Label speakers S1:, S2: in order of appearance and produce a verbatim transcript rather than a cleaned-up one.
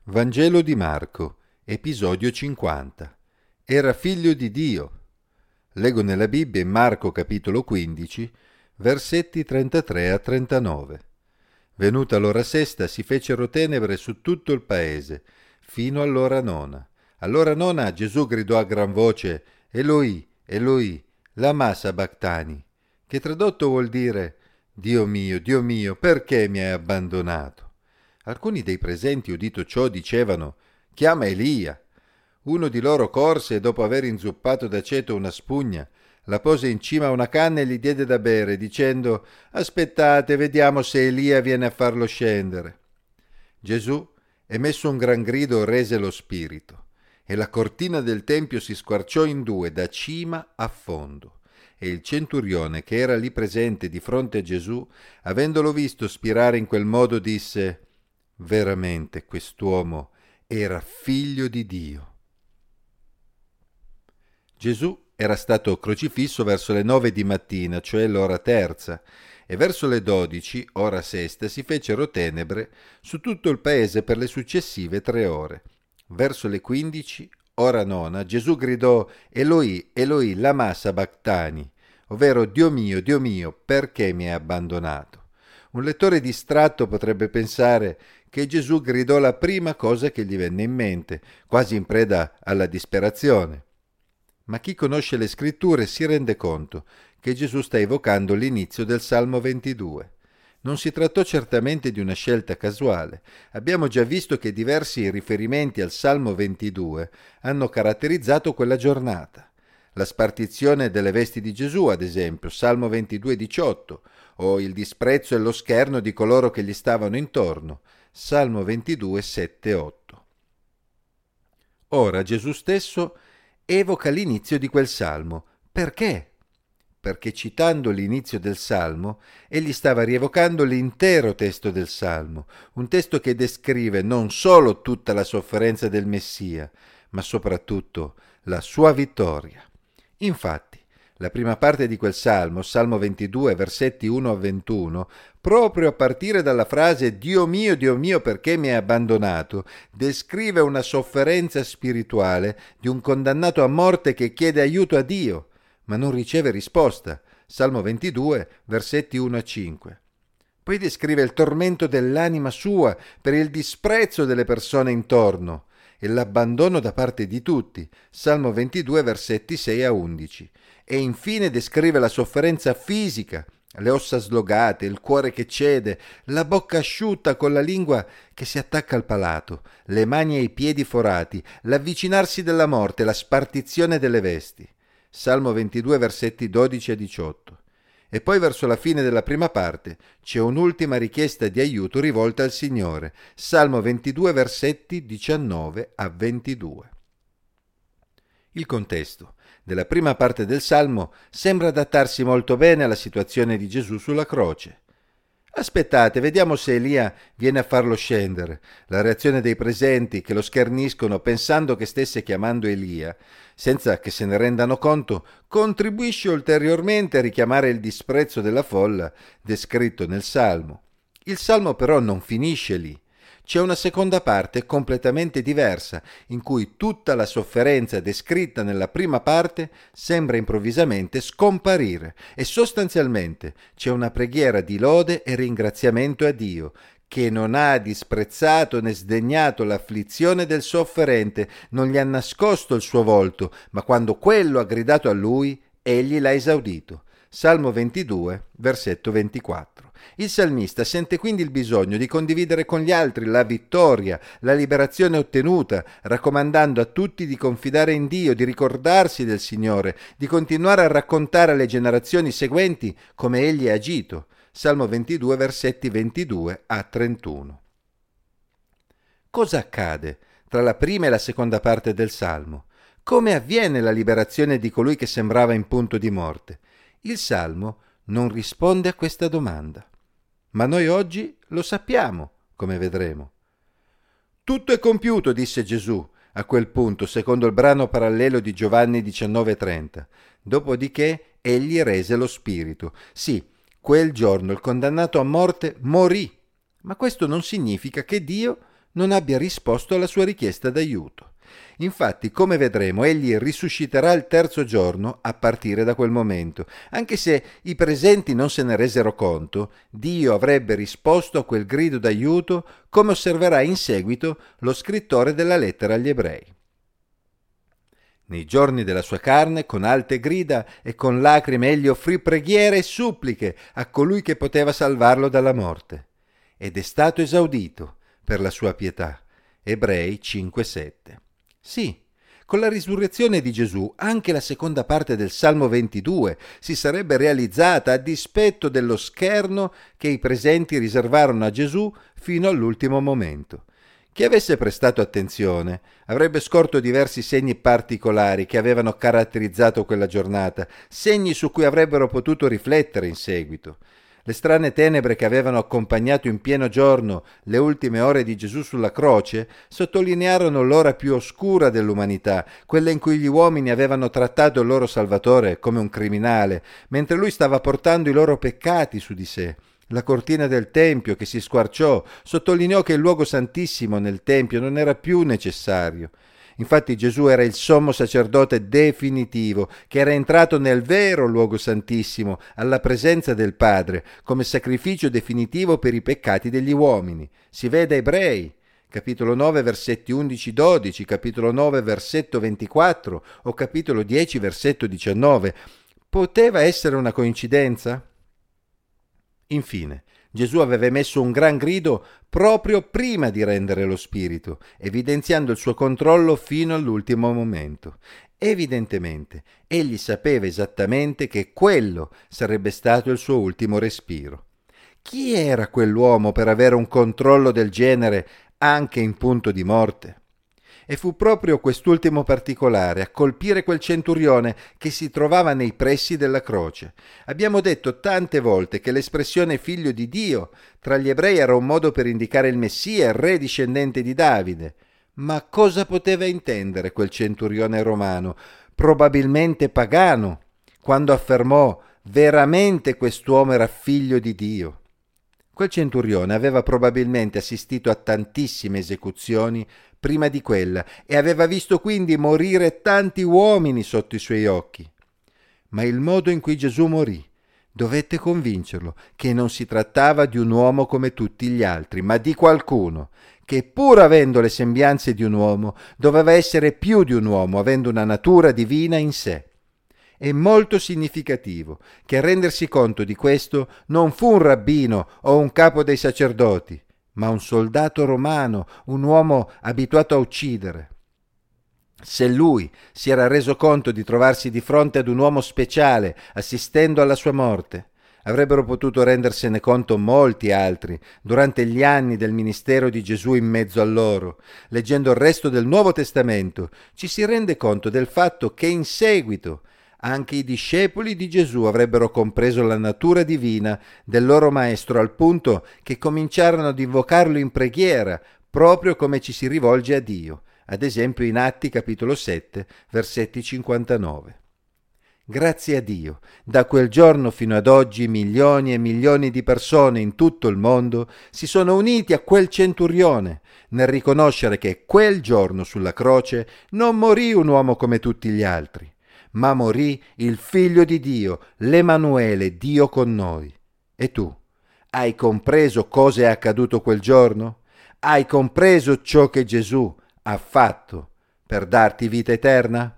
S1: Vangelo di Marco, episodio cinquanta. Era figlio di Dio. Leggo nella Bibbia in Marco capitolo quindici, versetti trentatré a trentanove. Venuta l'ora sesta si fecero tenebre su tutto il paese, fino all'ora nona. All'ora nona Gesù gridò a gran voce: Eloi, Eloi, lama sabachthani, che tradotto vuol dire: Dio mio, Dio mio, perché mi hai abbandonato? Alcuni dei presenti, udito ciò, dicevano: chiama Elia. Uno di loro corse e, dopo aver inzuppato d'aceto una spugna, la pose in cima a una canna e gli diede da bere, dicendo: aspettate, vediamo se Elia viene a farlo scendere. Gesù, emesso un gran grido, rese lo spirito, e la cortina del tempio si squarciò in due da cima a fondo. E il centurione, che era lì presente di fronte a Gesù, avendolo visto spirare in quel modo, disse: veramente quest'uomo era figlio di Dio. Gesù era stato crocifisso verso le nove di mattina, cioè l'ora terza, e verso le dodici, ora sesta, si fecero tenebre su tutto il paese per le successive tre ore. Verso le quindici, ora nona, Gesù gridò: Eloi, Eloi, lama sabachthani, ovvero Dio mio, Dio mio, perché mi hai abbandonato? Un lettore distratto potrebbe pensare che Gesù gridò la prima cosa che gli venne in mente, quasi in preda alla disperazione. Ma chi conosce le scritture si rende conto che Gesù sta evocando l'inizio del Salmo ventidue. Non si trattò certamente di una scelta casuale. Abbiamo già visto che diversi riferimenti al Salmo ventidue hanno caratterizzato quella giornata. La spartizione delle vesti di Gesù, ad esempio, Salmo ventidue diciotto, o il disprezzo e lo scherno di coloro che gli stavano intorno, Salmo ventidue sette otto. Ora Gesù stesso evoca l'inizio di quel salmo. Perché? Perché citando l'inizio del salmo, egli stava rievocando l'intero testo del salmo, un testo che descrive non solo tutta la sofferenza del Messia, ma soprattutto la sua vittoria. Infatti, la prima parte di quel salmo, Salmo ventidue, versetti uno a ventuno, proprio a partire dalla frase Dio mio, Dio mio, perché mi hai abbandonato, descrive una sofferenza spirituale di un condannato a morte che chiede aiuto a Dio, ma non riceve risposta. Salmo ventidue, versetti uno a cinque. Poi descrive il tormento dell'anima sua per il disprezzo delle persone intorno e l'abbandono da parte di tutti. Salmo ventidue, versetti sei a undici. E infine descrive la sofferenza fisica, le ossa slogate, il cuore che cede, la bocca asciutta con la lingua che si attacca al palato, le mani e i piedi forati, l'avvicinarsi della morte, la spartizione delle vesti. Salmo ventidue, versetti dodici a diciotto. E poi verso la fine della prima parte c'è un'ultima richiesta di aiuto rivolta al Signore. Salmo ventidue, versetti diciannove a ventidue. Il contesto della prima parte del Salmo sembra adattarsi molto bene alla situazione di Gesù sulla croce. Aspettate, vediamo se Elia viene a farlo scendere. La reazione dei presenti, che lo scherniscono pensando che stesse chiamando Elia, senza che se ne rendano conto, contribuisce ulteriormente a richiamare il disprezzo della folla descritto nel Salmo. Il Salmo però non finisce lì. C'è una seconda parte completamente diversa, in cui tutta la sofferenza descritta nella prima parte sembra improvvisamente scomparire e sostanzialmente c'è una preghiera di lode e ringraziamento a Dio, che non ha disprezzato né sdegnato l'afflizione del sofferente, non gli ha nascosto il suo volto, ma quando quello ha gridato a lui, egli l'ha esaudito. Salmo ventidue, versetto ventiquattro. Il salmista sente quindi il bisogno di condividere con gli altri la vittoria, la liberazione ottenuta, raccomandando a tutti di confidare in Dio, di ricordarsi del Signore, di continuare a raccontare alle generazioni seguenti come egli ha agito. Salmo ventidue, versetti ventidue a trentuno. Cosa accade tra la prima e la seconda parte del Salmo? Come avviene la liberazione di colui che sembrava in punto di morte? Il Salmo non risponde a questa domanda. Ma noi oggi lo sappiamo, come vedremo. Tutto è compiuto, disse Gesù a quel punto, secondo il brano parallelo di Giovanni diciannove trenta. Dopodiché egli rese lo spirito. Sì, quel giorno il condannato a morte morì, ma questo non significa che Dio non abbia risposto alla sua richiesta d'aiuto. Infatti, come vedremo, egli risusciterà il terzo giorno a partire da quel momento. Anche se i presenti non se ne resero conto, Dio avrebbe risposto a quel grido d'aiuto, come osserverà in seguito lo scrittore della lettera agli Ebrei. Nei giorni della sua carne, con alte grida e con lacrime, egli offrì preghiere e suppliche a colui che poteva salvarlo dalla morte. Ed è stato esaudito per la sua pietà. Ebrei cinque sette. Sì, con la risurrezione di Gesù anche la seconda parte del Salmo ventidue si sarebbe realizzata a dispetto dello scherno che i presenti riservarono a Gesù fino all'ultimo momento. Chi avesse prestato attenzione avrebbe scorto diversi segni particolari che avevano caratterizzato quella giornata, segni su cui avrebbero potuto riflettere in seguito. Le strane tenebre che avevano accompagnato in pieno giorno le ultime ore di Gesù sulla croce sottolinearono l'ora più oscura dell'umanità, quella in cui gli uomini avevano trattato il loro Salvatore come un criminale, mentre lui stava portando i loro peccati su di sé. La cortina del Tempio che si squarciò sottolineò che il luogo santissimo nel Tempio non era più necessario. Infatti Gesù era il sommo sacerdote definitivo, che era entrato nel vero luogo santissimo, alla presenza del Padre, come sacrificio definitivo per i peccati degli uomini. Si vede Ebrei, capitolo nove, versetti undici dodici, capitolo nove, versetto ventiquattro o capitolo dieci, versetto diciannove. Poteva essere una coincidenza? Infine, Gesù aveva emesso un gran grido proprio prima di rendere lo spirito, evidenziando il suo controllo fino all'ultimo momento. Evidentemente, egli sapeva esattamente che quello sarebbe stato il suo ultimo respiro. Chi era quell'uomo per avere un controllo del genere anche in punto di morte? E fu proprio quest'ultimo particolare a colpire quel centurione che si trovava nei pressi della croce. Abbiamo detto tante volte che l'espressione figlio di Dio tra gli ebrei era un modo per indicare il Messia, il re discendente di Davide. Ma cosa poteva intendere quel centurione romano, probabilmente pagano, quando affermò veramente quest'uomo era figlio di Dio? Quel centurione aveva probabilmente assistito a tantissime esecuzioni prima di quella e aveva visto quindi morire tanti uomini sotto i suoi occhi. Ma il modo in cui Gesù morì dovette convincerlo che non si trattava di un uomo come tutti gli altri, ma di qualcuno che, pur avendo le sembianze di un uomo, doveva essere più di un uomo, avendo una natura divina in sé. È molto significativo che a rendersi conto di questo non fu un rabbino o un capo dei sacerdoti, ma un soldato romano, un uomo abituato a uccidere. Se lui si era reso conto di trovarsi di fronte ad un uomo speciale assistendo alla sua morte, avrebbero potuto rendersene conto molti altri durante gli anni del ministero di Gesù in mezzo a loro. Leggendo il resto del Nuovo Testamento ci si rende conto del fatto che in seguito anche i discepoli di Gesù avrebbero compreso la natura divina del loro maestro al punto che cominciarono ad invocarlo in preghiera, proprio come ci si rivolge a Dio, ad esempio in Atti capitolo sette, versetti cinquantanove. Grazie a Dio, da quel giorno fino ad oggi milioni e milioni di persone in tutto il mondo si sono uniti a quel centurione nel riconoscere che quel giorno sulla croce non morì un uomo come tutti gli altri, ma morì il Figlio di Dio, l'Emanuele, Dio con noi. E tu, hai compreso cosa è accaduto quel giorno? Hai compreso ciò che Gesù ha fatto per darti vita eterna?